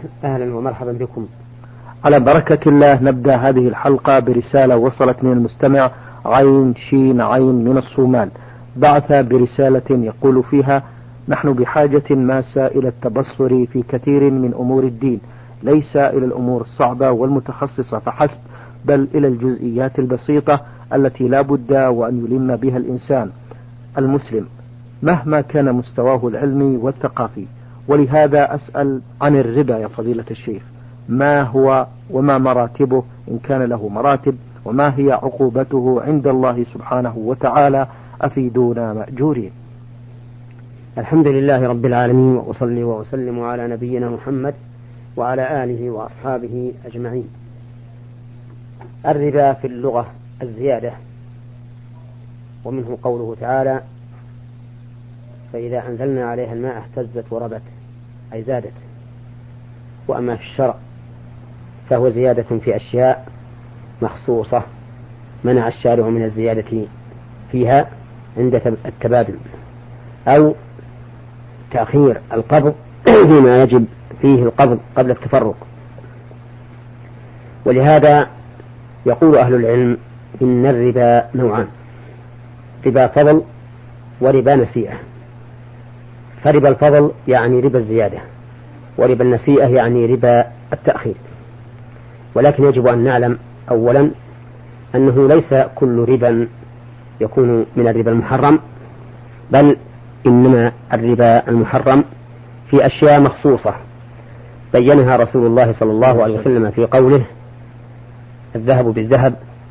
أهلا ومرحبا بكم. على بركة الله نبدأ هذه الحلقة برسالة وصلت من المستمع عين شين عين من الصومال، بعث برسالة يقول فيها: نحن بحاجة ماسة إلى التبصر في كثير من أمور الدين، ليس إلى الأمور الصعبة والمتخصصة فحسب، بل إلى الجزئيات البسيطة التي لا بد وأن يلم بها الإنسان المسلم مهما كان مستواه العلمي والثقافي. ولهذا أسأل عن الربا يا فضيلة الشيخ، ما هو وما مراتبه إن كان له مراتب، وما هي عقوبته عند الله سبحانه وتعالى؟ أفيدونا مأجورين. الحمد لله رب العالمين، وأصلي وأسلم على نبينا محمد وعلى آله وأصحابه أجمعين. الربا في اللغة الزيادة، ومنه قوله تعالى: فإذا أنزلنا عليها الماء اهتزت وربت، أي زادت. وأما في الشرع فهو زيادة في أشياء مخصوصة منع الشارع من الزيادة فيها عند التبادل، أو تأخير القبض فيما يجب فيه القبض قبل التفرق. ولهذا يقول أهل العلم إن الربا نوعان: ربا فضل وربا نسيئة. فربا الفضل يعني ربا الزيادة، وربا النسيئة يعني ربا التأخير. ولكن يجب أن نعلم أولا أنه ليس كل ربا يكون من الربا المحرم، بل إنما الربا المحرم في أشياء مخصوصة بينها رسول الله صلى الله عليه وسلم في قوله: الذهب بالذهب،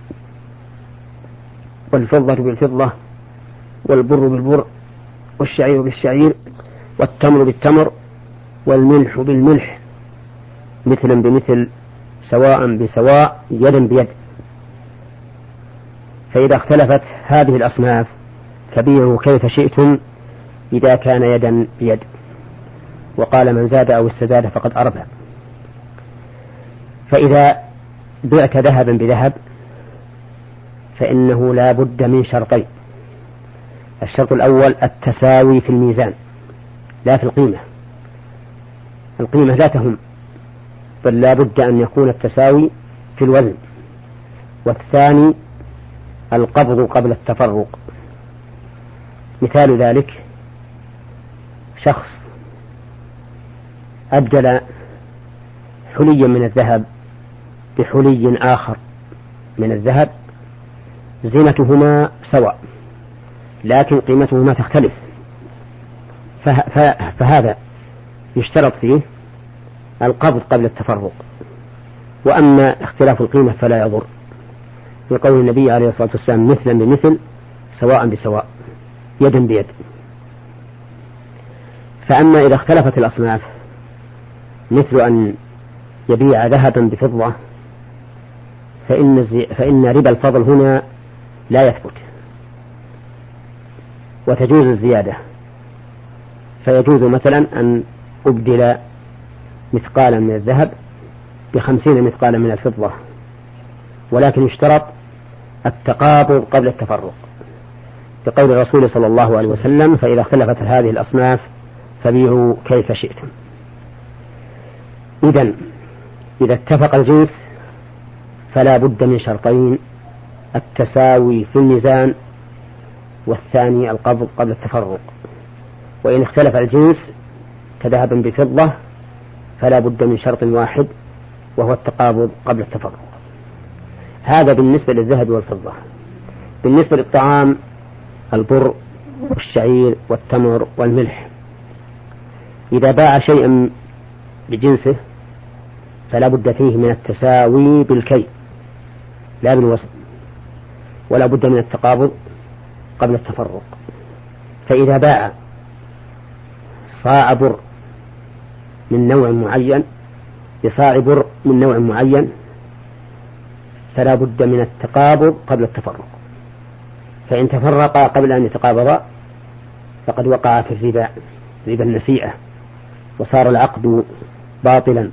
والفضة بالفضة، والبر بالبر، والشعير بالشعير، والتمر بالتمر، والملح بالملح، مثلا بمثل، سواء بسواء، يدا بيد. فإذا اختلفت هذه الأصناف فبيعوا كيف شئتم إذا كان يدا بيد. وقال: من زاد أو استزاد فقد أربى. فإذا بعت ذهبا بذهب فإنه لا بد من شرطين: الشرط الأول التساوي في الميزان لا في القيمة. القيمة لا تهم، بل لا بد أن يكون التساوي في الوزن. والثاني القبض قبل التفرق. مثال ذلك: شخص أبدل حليا من الذهب بحلي آخر من الذهب، زينتهما سواء لكن قيمتهما تختلف، فهذا يشترط فيه القبض قبل التفرق. وأما اختلاف القيمة فلا يضر، لقول النبي عليه الصلاة والسلام: مثلا بمثل، سواء بسواء، يدا بيد. فأما إذا اختلفت الأصناف، مثل أن يبيع ذهبا بفضة، فإن ربا الفضل هنا لا يثبت، وتجوز الزيادة. فيجوز مثلا أن أبدل مثقالا من الذهب ب50 مثقالا من الفضة، ولكن يشترط التقابض قبل التفرق، بقول الرسول صلى الله عليه وسلم: فإذا اختلفت هذه الأصناف فبيعوا كيف شئتم. إذا اتفق الجنس فلا بد من شرطين: التساوي في الميزان، والثاني القبض قبل التفرق. وإن اختلف الجنس كذهب بفضة فلا بد من شرط واحد، وهو التقابض قبل التفرق. هذا بالنسبة للذهب والفضة. بالنسبة للطعام: البر والشعير والتمر والملح، إذا باع شيئا بجنسه فلا بد فيه من التساوي بالكيل لا بالوزن، ولا بد من التقابض قبل التفرق. فإذا باع صاع بر من نوع معين بصاع بر من نوع معين فلا بد من التقابض قبل التفرق. فإن تفرقا قبل أن يتقابضا فقد وقع في الربا، ربا النسيئة، وصار العقد باطلا.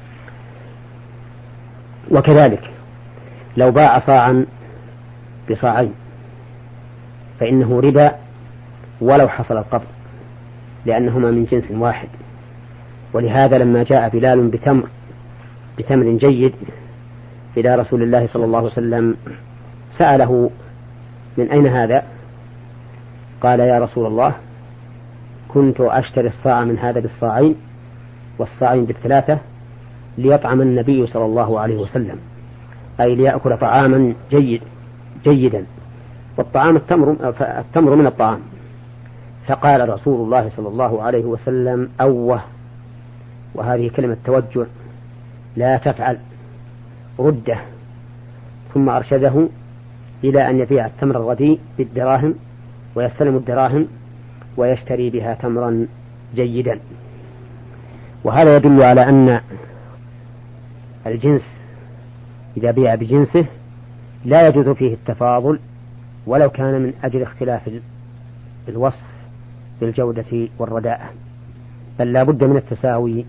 وكذلك لو باع صاعا بصاعين فإنه ربا ولو حصل القبض، لأنهما من جنس واحد. ولهذا لما جاء بلال بتمر جيد إلى رسول الله صلى الله عليه وسلم سأله من أين هذا؟ قال يا رسول الله كنت أشتري الصاع من هذا بالصاعين والصاعين بالثلاثة ليطعم النبي صلى الله عليه وسلم، أي ليأكل طعاما جيدا، والطعام التمر من الطعام. فقال رسول الله صلى الله عليه وسلم أوه، وهذه كلمة توجع، لا تفعل، رده. ثم أرشده إلى أن يبيع التمر الرديء بالدراهم ويستلم الدراهم ويشتري بها تمرا جيدا. وهذا يدل على أن الجنس إذا بيع بجنسه لا يجوز فيه التفاضل ولو كان من أجل اختلاف الوصف بالجودة والرداءة، بل لا بد من التساوي.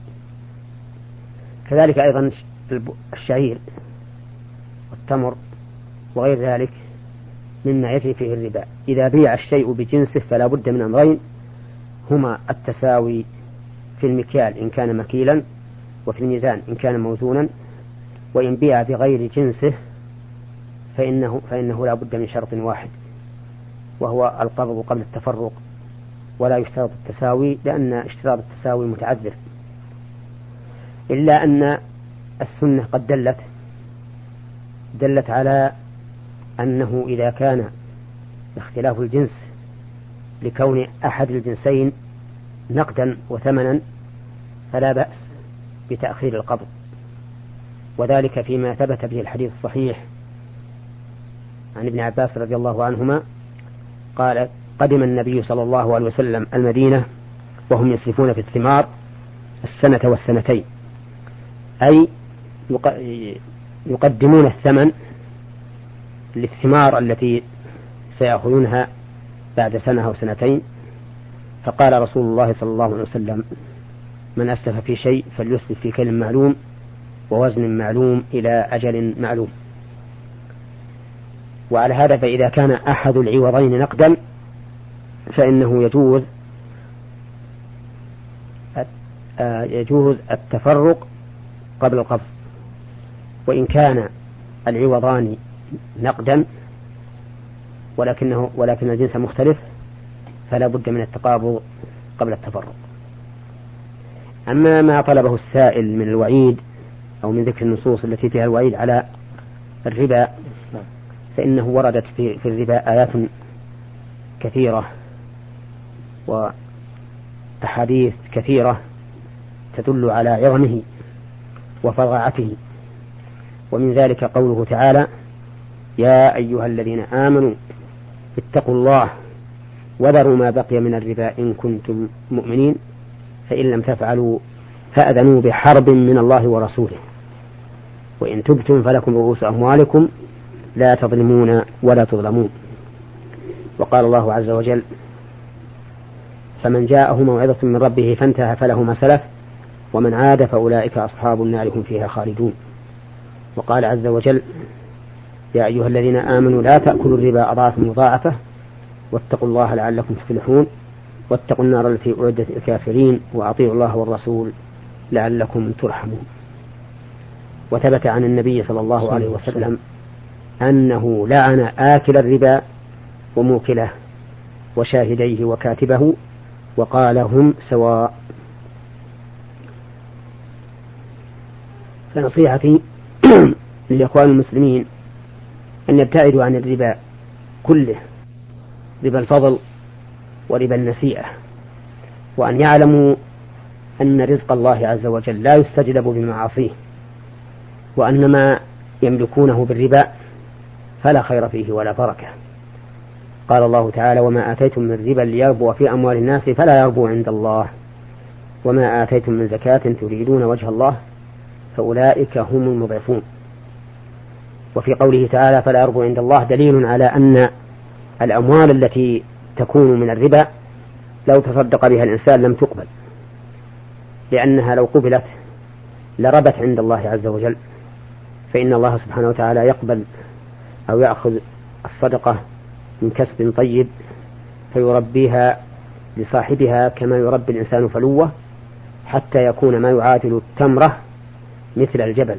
كذلك أيضا الشعير والتمر وغير ذلك مما يجري فيه الربا، إذا بيع الشيء بجنسه فلا بد من أمرين، هما التساوي في المكيال إن كان مكيلا، وفي الميزان إن كان موزونا. وإن بيع بغير جنسه فإنه لا بد من شرط واحد، وهو القبض قبل التفرق، ولا يشترط التساوي لأن اشتراط التساوي متعذر. إلا أن السنة قد دلت على أنه إذا كان اختلاف الجنس لكون أحد الجنسين نقدا وثمنا فلا بأس بتأخير القبض، وذلك فيما ثبت به الحديث الصحيح عن ابن عباس رضي الله عنهما قال قدم النبي صلى الله عليه وسلم المدينة وهم يسرفون في الثمار السنة والسنتين، أي يقدمون الثمن للثمار التي سيأخذونها بعد سنة أو سنتين. فقال رسول الله صلى الله عليه وسلم من أسلف في شيء فليسلف في كيل معلوم ووزن معلوم إلى أجل معلوم. وعلى هذا فإذا كان أحد العوضين نقدا فإنه يجوز التفرق قبل القبض، وإن كان العوضان نقدا ولكن الجنس مختلف فلا بد من التقابض قبل التفرق. أما ما طلبه السائل من الوعيد أو من ذكر النصوص التي فيها الوعيد على الربا فإنه وردت في الربا آيات كثيرة وأحاديث كثيرة تدل على عظمه وفظاعته، ومن ذلك قوله تعالى يا أيها الذين آمنوا اتقوا الله وذروا ما بقي من الربا إن كنتم مؤمنين فإن لم تفعلوا فأذنوا بحرب من الله ورسوله وإن تبتم فلكم رؤوس أموالكم لا تظلمون ولا تظلمون. وقال الله عز وجل فمن جاءه موعظة من ربه فانتهى فله ما سلف ومن عاد فأولئك أصحاب النار هم فيها خالدون. وقال عز وجل يا أيها الذين آمنوا لا تأكلوا الربا أضعافا مضاعفة واتقوا الله لعلكم تفلحون واتقوا النار التي أعدت للكافرين وأطيعوا الله والرسول لعلكم ترحمون. وثبت عن النبي صلى الله عليه وسلم أنه لعن آكل الربا وموكله وشاهديه وكاتبه وقال هم سواء. فنصيحتي للإخوان المسلمين أن يبتعدوا عن الربا كله، ربا الفضل وربا النسيئة، وأن يعلموا أن رزق الله عز وجل لا يستجلب بمعاصيه، وأن ما يملكونه بالربا فلا خير فيه ولا بركة. قال الله تعالى وما آتيتم من ربا ليربو في أموال الناس فلا يربو عند الله وما آتيتم من زكاة تريدون وجه الله فأولئك هم المضعفون. وفي قوله تعالى فلا يربو عند الله دليل على أن الأموال التي تكون من الربا لو تصدق بها الإنسان لم تقبل، لأنها لو قبلت لربت عند الله عز وجل، فإن الله سبحانه وتعالى يقبل أو يأخذ الصدقة من كسب طيب فيربيها لصاحبها كما يربي الإنسان فلوه، حتى يكون ما يعادل التمرة مثل الجبل.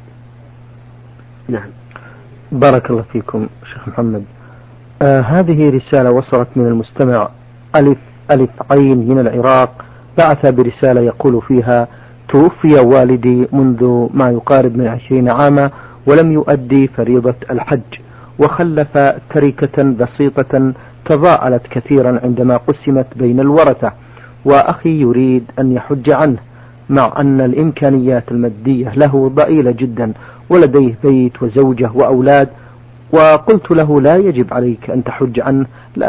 نعم. بارك الله فيكم شيخ محمد. هذه رسالة وصلت من المستمع ألف ألف عين من العراق، بعث برسالة يقول فيها: توفي والدي منذ ما يقارب من 20 عاما ولم يؤدي فريضة الحج، وخلف تركة بسيطة تضاءلت كثيرا عندما قسمت بين الورثة، وأخي يريد أن يحج عنه مع أن الإمكانيات المادية له ضئيلة جدا، ولديه بيت وزوجة وأولاد، وقلت له لا يجب عليك أن تحج عنه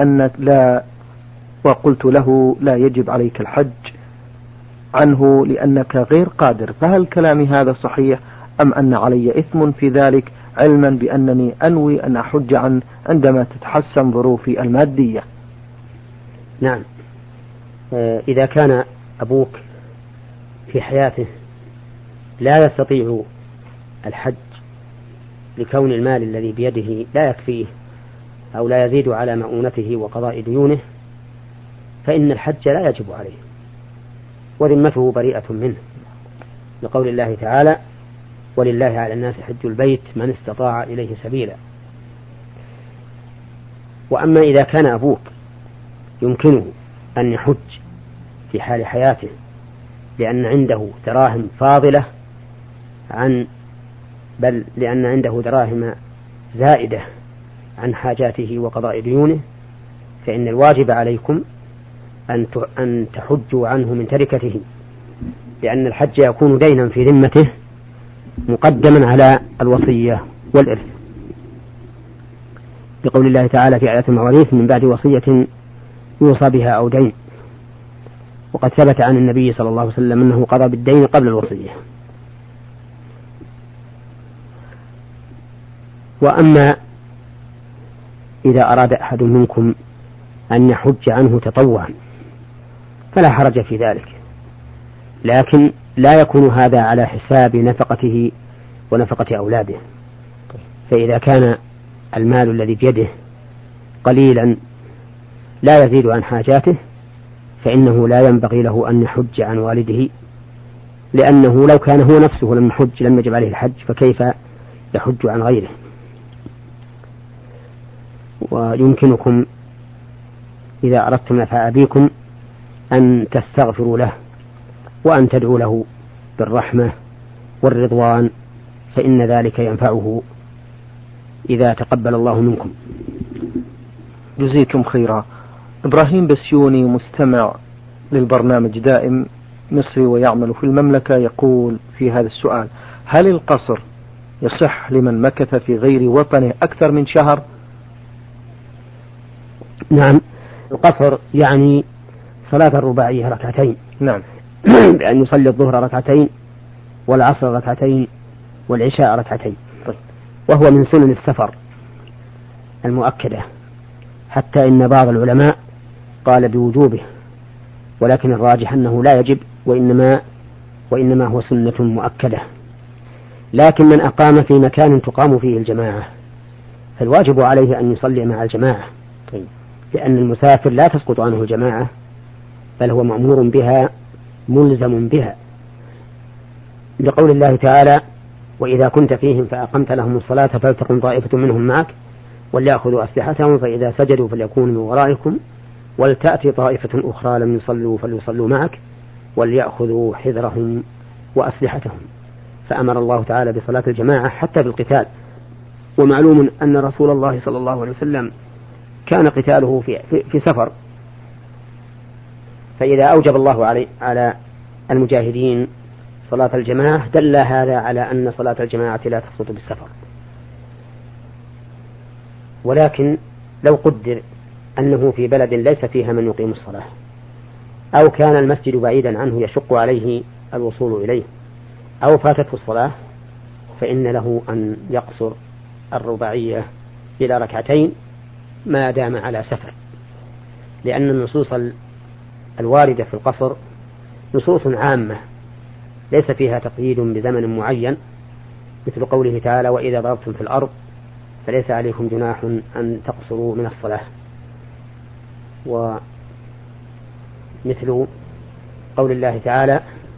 لا يجب عليك الحج عنه لأنك غير قادر، فهل كلامي هذا صحيح أم أن علي إثم في ذلك، علما بأنني أنوي أن أحج عنه عندما تتحسن ظروفي المادية؟ نعم. إذا كان أبوك في حياته لا يستطيع الحج لكون المال الذي بيده لا يكفيه أو لا يزيد على مؤونته وقضاء ديونه، فإن الحج لا يجب عليه وذمته بريئة منه، لقول الله تعالى: ولله على الناس حج البيت من استطاع إليه سبيلا. وأما إذا كان أبوك يمكنه أن يحج في حال حياته لأن عنده دراهم فاضلة لأن عنده دراهم زائدة عن حاجاته وقضاء ديونه، فإن الواجب عليكم أن تحجوا عنه من تركته، لأن الحج يكون دينا في ذمته مقدما على الوصية والإرث، بقول الله تعالى في آية المواريث: من بعد وصية يوصى بها أو دين. وقد ثبت عن النبي صلى الله عليه وسلم أنه قضى بالدين قبل الوصية. وأما إذا أراد أحد منكم أن يحج عنه تطوعا فلا حرج في ذلك، لكن لا يكون هذا على حساب نفقته ونفقة أولاده. فإذا كان المال الذي بيده قليلا لا يزيد عن حاجاته فإنه لا ينبغي له أن يحج عن والده، لأنه لو كان هو نفسه لم يحج لم يجب عليه الحج، فكيف يحج عن غيره؟ ويمكنكم إذا أردتم نفع أبيكم أن تستغفروا له وأن تدعوا له بالرحمة والرضوان، فإن ذلك ينفعه إذا تقبل الله منكم. جزيكم خيرا. إبراهيم بسيوني مستمع للبرنامج دائم مصري ويعمل في المملكة يقول في هذا السؤال: هل القصر يصح لمن مكث في غير وطنه أكثر من شهر؟ نعم، القصر يعني صلاة الرباعية ركعتين. نعم. بأن يصلي الظهر ركعتين والعصر ركعتين والعشاء ركعتين. طيب. وهو من سنن السفر المؤكدة، حتى إن بعض العلماء قال بوجوبه، ولكن الراجح أنه لا يجب وإنما هو سنة مؤكدة. لكن من أقام في مكان تقام فيه الجماعة فالواجب عليه أن يصلي مع الجماعة. طيب. لأن المسافر لا تسقط عنه الجماعة، بل هو مأمور بها ملزم بها، لقول الله تعالى: وإذا كنت فيهم فأقمت لهم الصلاة فلتقم طائفة منهم معك وليأخذوا أسلحتهم فإذا سجدوا فليكونوا من ورائكم ولتأتي طائفة أخرى لم يصلوا فليصلوا معك وليأخذوا حذرهم وأسلحتهم. فأمر الله تعالى بصلاة الجماعة حتى بالقتال. ومعلوم أن رسول الله صلى الله عليه وسلم كان قتاله في سفر، فإذا أوجب الله على المجاهدين صلاة الجماعة دل هذا على أن صلاة الجماعة لا تسقط بالسفر. ولكن لو قدر أنه في بلد ليس فيها من يقيم الصلاة، أو كان المسجد بعيدا عنه يشق عليه الوصول إليه، أو فاتته الصلاة، فإن له أن يقصر الرباعية إلى ركعتين ما دام على سفر، لأن النصوص الواردة في القصر نصوص عامة ليس فيها تقييد بزمن معين، مثل قوله تعالى: وإذا ضربتم في الأرض فليس عليكم جناح أن تقصروا من الصلاة، ومثل قول الله تعالى: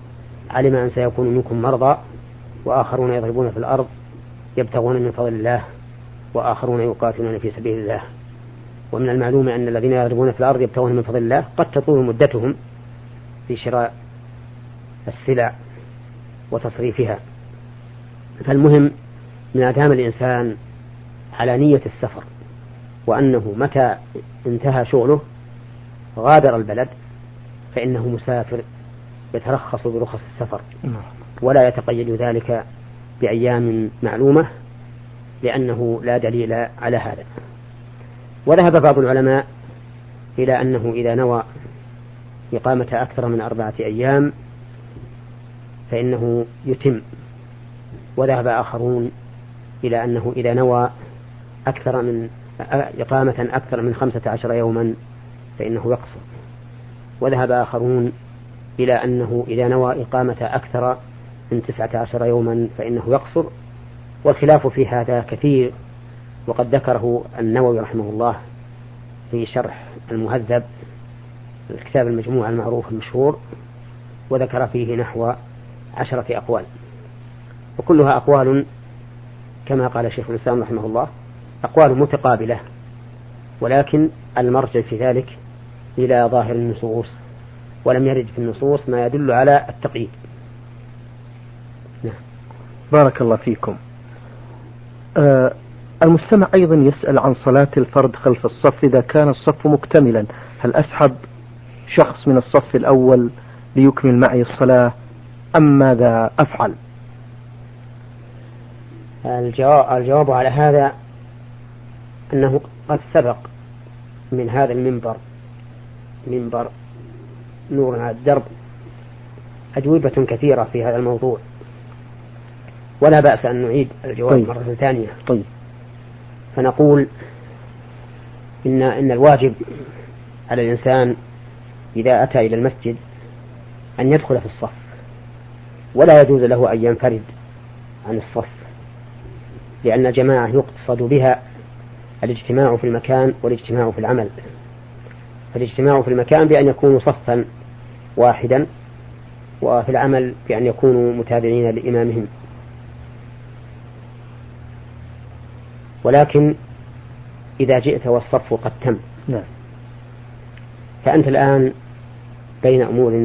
علم أن سيكون منكم مرضى وآخرون يضربون في الأرض يبتغون من فضل الله وآخرون يقاتلون في سبيل الله. ومن المعلوم أن الذين يضربون في الأرض يبتغون من فضل الله قد تطول مدتهم في شراء السلع وتصريفها. فالمهم من أدام الإنسان على نية السفر وأنه متى انتهى شغله غادر البلد فإنه مسافر يترخص برخص السفر ولا يتقيد ذلك بأيام معلومة لأنه لا دليل على هذا. وذهب بعض العلماء إلى أنه إذا نوى إقامة أكثر من 4 أيام فإنه يتم، وذهب آخرون إلى أنه إذا نوى إقامة أكثر من 15 يوما فإنه يقصر، وذهب آخرون إلى أنه إذا نوى إقامة أكثر من 19 يوما فإنه يقصر. والخلاف في هذا كثير، وقد ذكره النووي رحمه الله في شرح المهذب الكتاب المجموع المعروف المشهور، وذكر فيه نحو 10 أقوال، وكلها أقوال كما قال شيخ الإسلام رحمه الله أقوال متقابلة، ولكن المرجع في ذلك إلى ظاهر النصوص، ولم يرد في النصوص ما يدل على التقييد. نعم. بارك الله فيكم. المستمع أيضا يسأل عن صلاة الفرد خلف الصف إذا كان الصف مكتملا، هل أسحب شخص من الصف الأول ليكمل معي الصلاة أم ماذا أفعل؟ الجواب على هذا أنه قد سبق من هذا المنبر، منبر نور على الدرب، أجوبة كثيرة في هذا الموضوع، ولا بأس أن نعيد الجواب مرة ثانية. طيب. فنقول إن الواجب على الإنسان إذا أتى إلى المسجد أن يدخل في الصف، ولا يجوز له أن ينفرد عن الصف، لأن الجماعة يقصد بها الاجتماع في المكان والاجتماع في العمل. فالاجتماع في المكان بأن يكونوا صفا واحدا، وفي العمل بأن يكونوا متابعين لإمامهم. ولكن إذا جئت والصف قد تم فأنت الآن بين أمور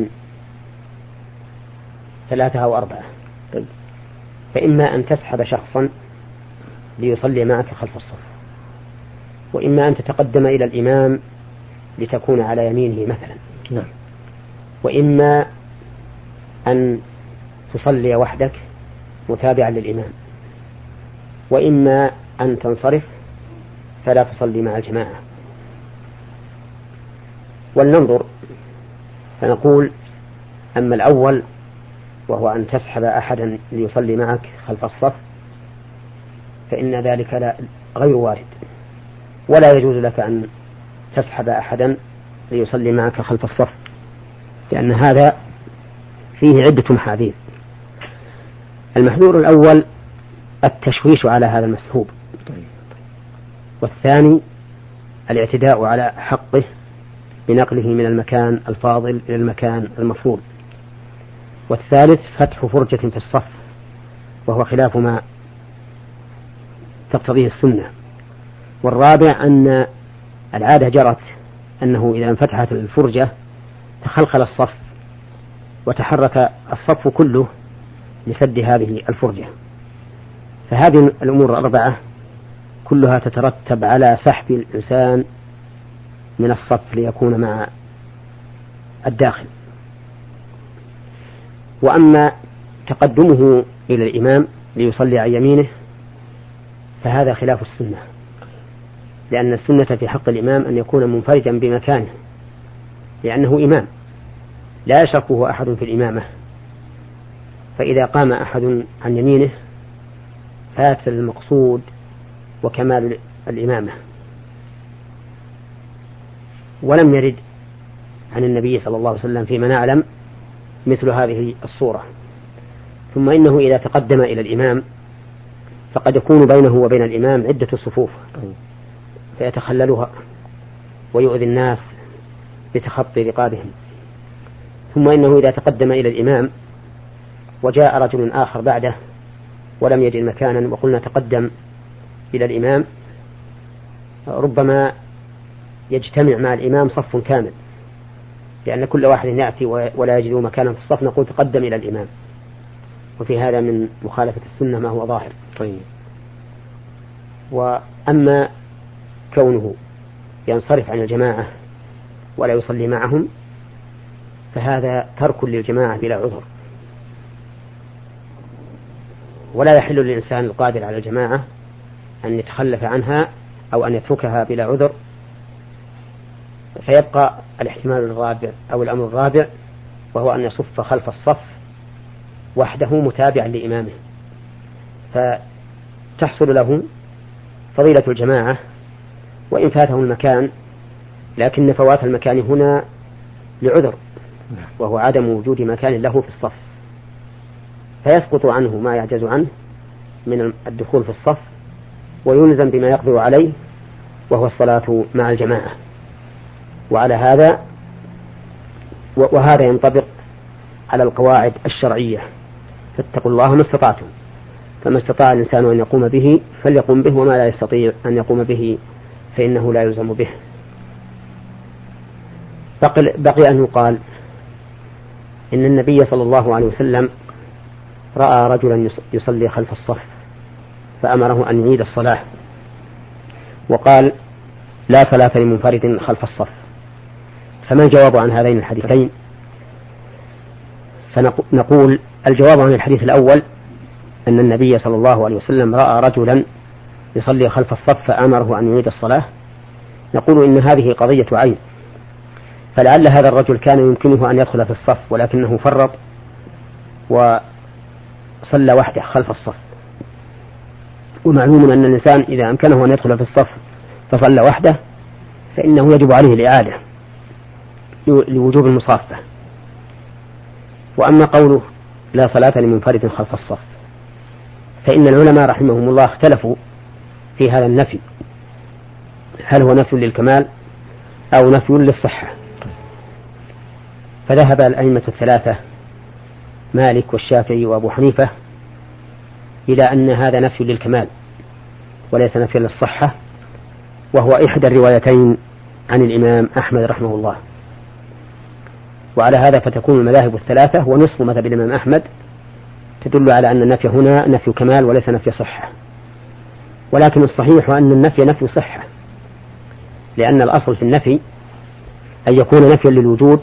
3 أو 4، فإما أن تسحب شخصا ليصلي معك خلف الصف، وإما أن تتقدم إلى الإمام لتكون على يمينه مثلا، وإما أن تصلي وحدك متابعا للإمام، وإما أن تنصرف فلا تصلي مع الجماعة. ولننظر فنقول أما الأول وهو أن تسحب أحدا ليصلي معك خلف الصف فإن ذلك غير وارد، ولا يجوز لك أن تسحب أحدا ليصلي معك خلف الصف، لأن هذا فيه عدة محاذير. المحذور الأول التشويش على هذا المسحوب، والثاني الاعتداء على حقه بنقله من المكان الفاضل إلى المكان المفروض، والثالث فتح فرجة في الصف وهو خلاف ما تقتضيه السنة، والرابع أن العادة جرت أنه إذا انفتحت الفرجة تخلخل الصف وتحرك الصف كله لسد هذه الفرجة. فهذه الأمور 4 كلها تترتب على سحب الإنسان من الصف ليكون مع الداخل. وأما تقدمه إلى الإمام ليصلي عن يمينه فهذا خلاف السنة، لأن السنة في حق الإمام أن يكون منفردا بمكانه، لأنه إمام لا يشركه أحد في الإمامة، فإذا قام أحد عن يمينه فات المقصود وكمال الإمامة. ولم يرد عن النبي صلى الله عليه وسلم فيما نعلم مثل هذه الصورة. ثم إنه إذا تقدم إلى الإمام فقد يكون بينه وبين الإمام عدة صفوف فيتخللها ويؤذي الناس بتخطي رقابهم. ثم إنه إذا تقدم إلى الإمام وجاء رجل آخر بعده ولم يجد مكانا وقلنا تقدم إلى الإمام، ربما يجتمع مع الإمام صف كامل، لأن كل واحد يأتي ولا يجد مكانا في الصف نقول تقدم إلى الإمام، وفي هذا من مخالفة السنة ما هو ظاهر. طيب. وأما كونه ينصرف عن الجماعة ولا يصلي معهم فهذا ترك للجماعة بلا عذر، ولا يحل للإنسان القادر على الجماعة أن يتخلف عنها أو أن يتركها بلا عذر، فيبقى الاحتمال الرابع أو الأمر الرابع، وهو أن يصف خلف الصف وحده متابعا لإمامه، فتحصل له فضيلة الجماعة وإن فاته المكان، لكن فوات المكان هنا لعذر، وهو عدم وجود مكان له في الصف، فيسقط عنه ما يعجز عنه من الدخول في الصف ويلزم بما يقدر عليه وهو الصلاة مع الجماعة. وعلى هذا وهذا ينطبق على القواعد الشرعية، فاتقوا الله ما استطعتم، فما استطاع الإنسان أن يقوم به فليقوم به، وما لا يستطيع أن يقوم به فإنه لا يلزم به. بقي أن يقال إن النبي صلى الله عليه وسلم رأى رجلا يصلي خلف الصف فأمره أن يعيد الصلاة، وقال لا صلاة لمنفرد خلف الصف. فما الجواب عن هذين الحديثين؟ فنقول الجواب عن الحديث الأول أن النبي صلى الله عليه وسلم رأى رجلا يصلي خلف الصف فأمره أن يعيد الصلاة، نقول إن هذه قضية عين، فلعل هذا الرجل كان يمكنه أن يدخل في الصف ولكنه فرط وصلى وحده خلف الصف، ومعلوم أن الإنسان إذا أمكنه أن يدخل في الصف فصلى وحده فإنه يجب عليه الإعادة لوجوب المصافة. وأما قوله لا صلاة لمنفرد خلف الصف فإن العلماء رحمهم الله اختلفوا في هذا النفي، هل هو نفي للكمال أو نفي للصحة؟ فذهب الأئمة الثلاثة مالك والشافعي وأبو حنيفة إلى أن هذا نفي للكمال وليس نفي للصحة، وهو إحدى الروايتين عن الإمام أحمد رحمه الله. وعلى هذا فتكون المذاهب الثلاثة ونصف مذهب الإمام أحمد تدل على أن النفي هنا نفي كمال وليس نفي صحة، ولكن الصحيح أن النفي نفي صحة، لأن الأصل في النفي أن يكون نفيا للوجود،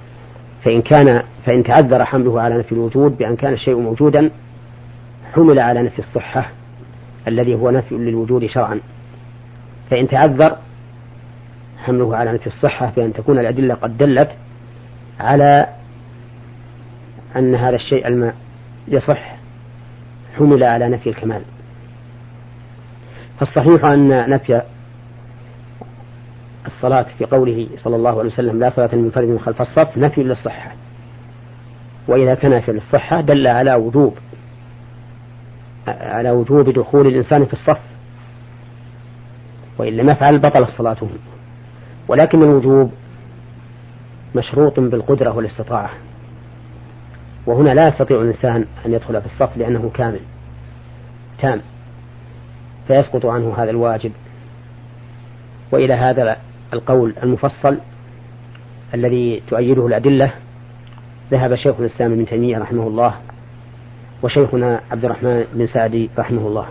فإن تعذر حمله على نفي الوجود بأن كان الشيء موجودا حمل على نفي الصحة الذي هو نفي للوجود شرعا. فإن تعذر حمله على نفي الصحة بأن تكون الأدلة قد دلت على أن هذا الشيء يصح حمل على نفي الكمال. فالصحيح أن نفي الصلاة في قوله صلى الله عليه وسلم لا صلاة لمنفرد خلف الصف نفي للصحة، وإذا كان نفي للصحة دل على وجوب دخول الإنسان في الصف، وإن لم يفعل بطل صلاته. ولكن الوجوب مشروط بالقدرة والاستطاعة، وهنا لا يستطيع الإنسان أن يدخل في الصف لأنه كامل تام، فيسقط عنه هذا الواجب. وإلى هذا القول المفصل الذي تؤيده الأدلة ذهب شيخ الإسلام ابن تيمية رحمه الله وشيخنا عبد الرحمن بن سعدي رحمه الله.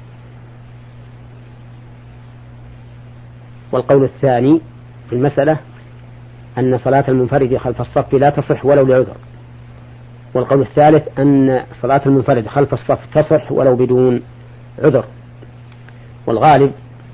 والقول الثاني في المسألة أن صلاة المنفرد خلف الصف لا تصح ولو لعذر. والقول الثالث أن صلاة المنفرد خلف الصف تصح ولو بدون عذر. والغالب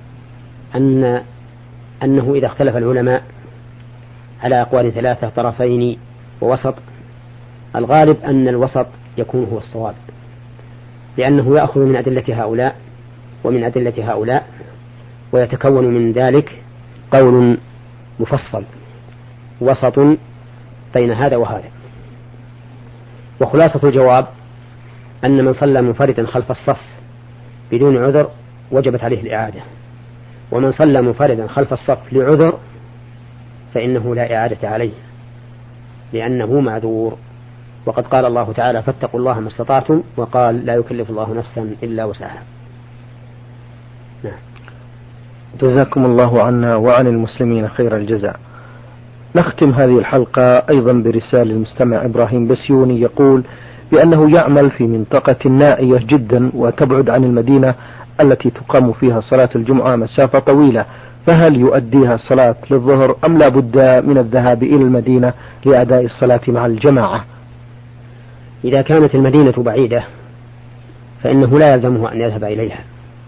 أنه إذا اختلف العلماء على أقوال ثلاثة طرفين ووسط، الغالب أن الوسط يكون هو الصواب، لأنه يأخذ من أدلة هؤلاء ومن أدلة هؤلاء ويتكون من ذلك قول مفصل وسط بين هذا وهذا. وخلاصة الجواب أن من صلى منفردا خلف الصف بدون عذر وجبت عليه الإعادة، ومن صلى منفردا خلف الصف لعذر فإنه لا إعادة عليه لأنه معذور. وقد قال الله تعالى فاتقوا الله ما استطعتم، وقال لا يكلف الله نفسا إلا وسعها. نعم. جزاكم الله عنا وعن المسلمين خير الجزاء. نختم هذه الحلقة أيضا برسالة المستمع إبراهيم بسيوني، يقول بأنه يعمل في منطقة نائية جدا وتبعد عن المدينة التي تقام فيها صلاة الجمعة مسافة طويلة، فهل يؤديها الصلاة للظهر أم لا بد من الذهاب إلى المدينة لأداء الصلاة مع الجماعة؟ إذا كانت المدينة بعيدة فإنه لا يلزمه أن يذهب إليها،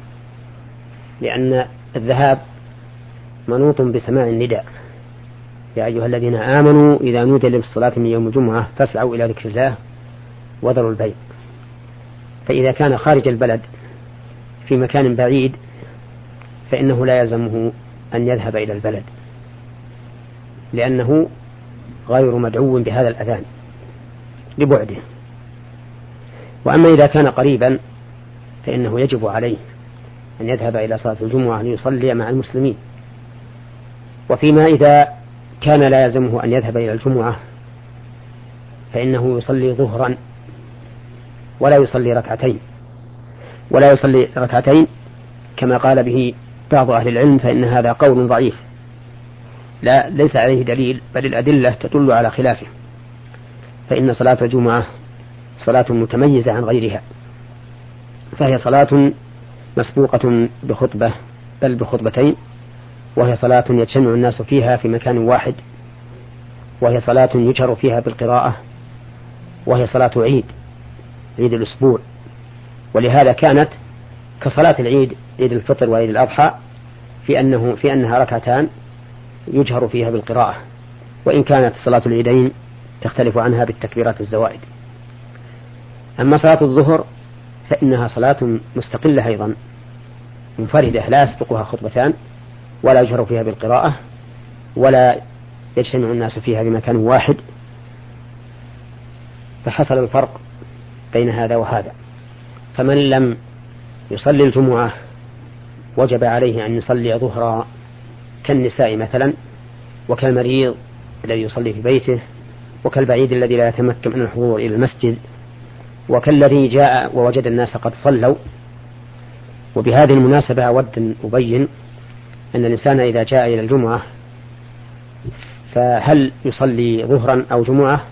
لأن الذهاب منوط بسماع النداء: يا أيها الذين آمنوا إذا نودي للصلاة من يوم الجمعة فاسعوا إلى ذكر الله وذروا البيع. فإذا كان خارج البلد في مكان بعيد فإنه لا يلزمه أن يذهب إلى البلد، لأنه غير مدعو بهذا الأذان لبعده. وأما إذا كان قريبا فإنه يجب عليه أن يذهب إلى صلاة الجمعة ليصلي مع المسلمين. وفيما إذا كان لا يلزمه أن يذهب إلى الجمعة فإنه يصلي ظهرا ولا يصلي ركعتين كما قال به بعض أهل العلم، فإن هذا قول ضعيف ليس عليه دليل، بل الأدلة تدل على خلافه. فإن صلاة الجمعة صلاة متميزة عن غيرها، فهي صلاة مسبوقة بخطبة بل بخطبتين، وهي صلاة يجتمع الناس فيها في مكان واحد، وهي صلاة يجهر فيها بالقراءة، وهي صلاة عيد الأسبوع. ولهذا كانت كصلاة العيد، عيد الفطر وعيد الأضحى، في أنها ركعتان يجهر فيها بالقراءة، وإن كانت صلاة العيدين تختلف عنها بالتكبيرات الزوائد. أما صلاة الظهر فإنها صلاة مستقلة أيضا منفردة، لا يسبقها خطبتان ولا يجهر فيها بالقراءة ولا يجتمع الناس فيها بمكان واحد، فحصل الفرق بين هذا وهذا. فمن لم يصلي الجمعة وجب عليه أن يصلي ظهرا، كالنساء مثلا، وكالمريض الذي يصلي في بيته، وكالبعيد الذي لا يتمكن من الحضور إلى المسجد، وكالذي جاء ووجد الناس قد صلوا. وبهذه المناسبة أود أن أبين أن الإنسان إذا جاء إلى الجمعة فهل يصلي ظهرا أو جمعة؟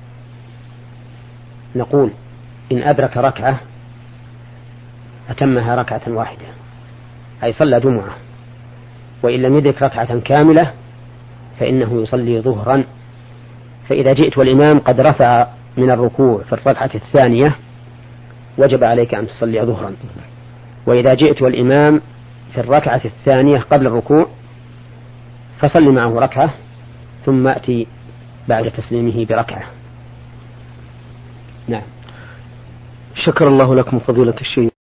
نقول إن أدرك ركعة أتمها ركعة واحدة، أي صلى جمعة. وإن لم يدرك ركعة كاملة فإنه يصلي ظهرا. فإذا جئت والإمام قد رفع من الركوع في الركعة الثانية وجب عليك أن تصلي ظهرا. وإذا جئت والإمام في الركعة الثانية قبل الركوع فصل معه ركعة ثم أتي بعد تسليمه بركعة. نعم. شكر الله لكم فضيلة الشيخ.